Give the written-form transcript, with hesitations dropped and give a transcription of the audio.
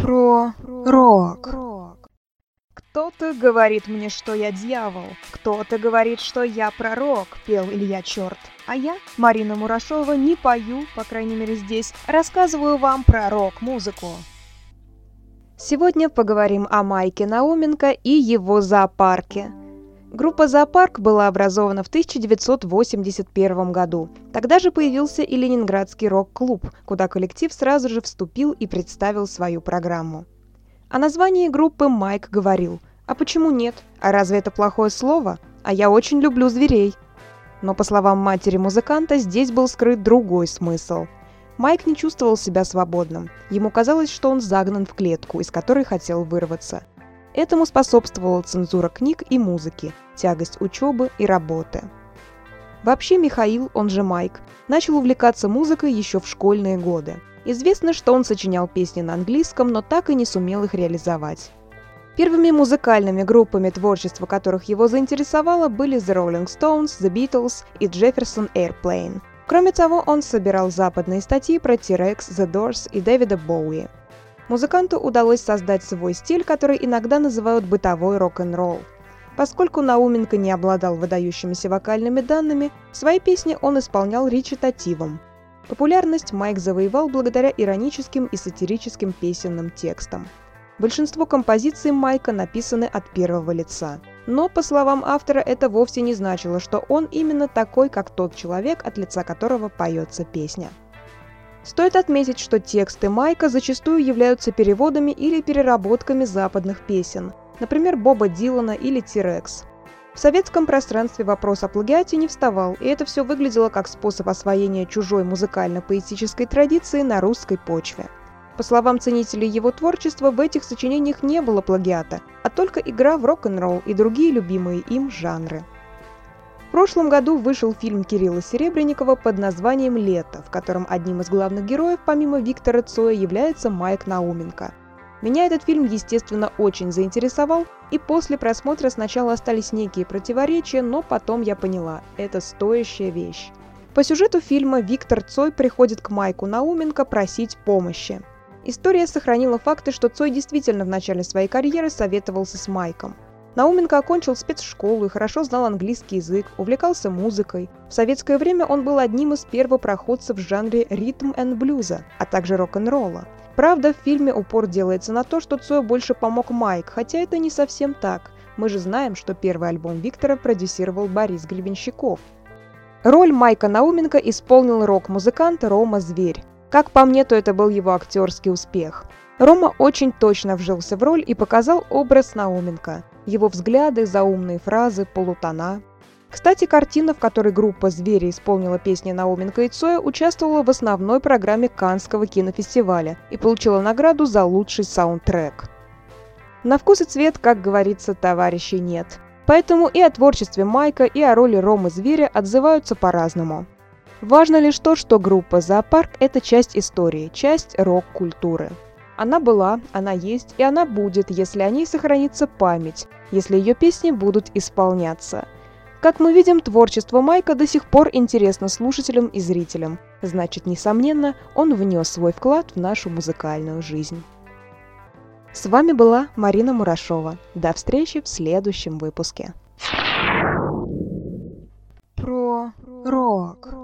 Про рок. Кто-то говорит мне, что я дьявол, кто-то говорит, что я пророк, пел Илья Черт. А я, Марина Мурашова, не пою, по крайней мере здесь, рассказываю вам про рок-музыку. Сегодня поговорим о Майке Науменко и его зоопарке. Группа «Зоопарк» была образована в 1981 году. Тогда же появился и Ленинградский рок-клуб, куда коллектив сразу же вступил и представил свою программу. О названии группы Майк говорил: «А почему нет? А разве это плохое слово? А я очень люблю зверей». Но, по словам матери музыканта, здесь был скрыт другой смысл. Майк не чувствовал себя свободным. Ему казалось, что он загнан в клетку, из которой хотел вырваться. Этому способствовала цензура книг и музыки, тягость учебы и работы. Вообще Михаил, он же Майк, начал увлекаться музыкой еще в школьные годы. Известно, что он сочинял песни на английском, но так и не сумел их реализовать. Первыми музыкальными группами, творчество которых его заинтересовало, были The Rolling Stones, The Beatles и Jefferson Airplane. Кроме того, он собирал западные статьи про T-Rex, The Doors и Дэвида Боуи. Музыканту удалось создать свой стиль, который иногда называют бытовой рок-н-ролл. Поскольку Науменко не обладал выдающимися вокальными данными, свои песни он исполнял речитативом. Популярность Майк завоевал благодаря ироническим и сатирическим песенным текстам. Большинство композиций Майка написаны от первого лица. Но, по словам автора, это вовсе не значило, что он именно такой, как тот человек, от лица которого поется песня. Стоит отметить, что тексты Майка зачастую являются переводами или переработками западных песен, например, Боба Дилана или T-Rex. В советском пространстве вопрос о плагиате не вставал, и это все выглядело как способ освоения чужой музыкально-поэтической традиции на русской почве. По словам ценителей его творчества, в этих сочинениях не было плагиата, а только игра в рок-н-ролл и другие любимые им жанры. В прошлом году вышел фильм Кирилла Серебренникова под названием «Лето», в котором одним из главных героев, помимо Виктора Цоя, является Майк Науменко. Меня этот фильм, естественно, очень заинтересовал, и после просмотра сначала остались некие противоречия, но потом я поняла – это стоящая вещь. По сюжету фильма Виктор Цой приходит к Майку Науменко просить помощи. История сохранила факты, что Цой действительно в начале своей карьеры советовался с Майком. Науменко окончил спецшколу и хорошо знал английский язык, увлекался музыкой. В советское время он был одним из первопроходцев в жанре ритм-энд-блюза, а также рок-н-ролла. Правда, в фильме упор делается на то, что Цою больше помог Майк, хотя это не совсем так. Мы же знаем, что первый альбом Виктора продюсировал Борис Гребенщиков. Роль Майка Науменко исполнил рок-музыкант Рома Зверь. Как по мне, то это был его актерский успех. Рома очень точно вжился в роль и показал образ Науменко. Его взгляды, заумные фразы, полутона. Кстати, картина, в которой группа «Звери» исполнила песни Науменко и Цоя, участвовала в основной программе Каннского кинофестиваля и получила награду за лучший саундтрек. На вкус и цвет, как говорится, товарищей нет. Поэтому и о творчестве Майка, и о роли Ромы Зверя отзываются по-разному. Важно лишь то, что группа «Зоопарк» — это часть истории, часть рок-культуры. Она была, она есть и она будет, если о ней сохранится память, если ее песни будут исполняться. Как мы видим, творчество Майка до сих пор интересно слушателям и зрителям. Значит, несомненно, он внес свой вклад в нашу музыкальную жизнь. С вами была Марина Мурашова. До встречи в следующем выпуске. Про рок.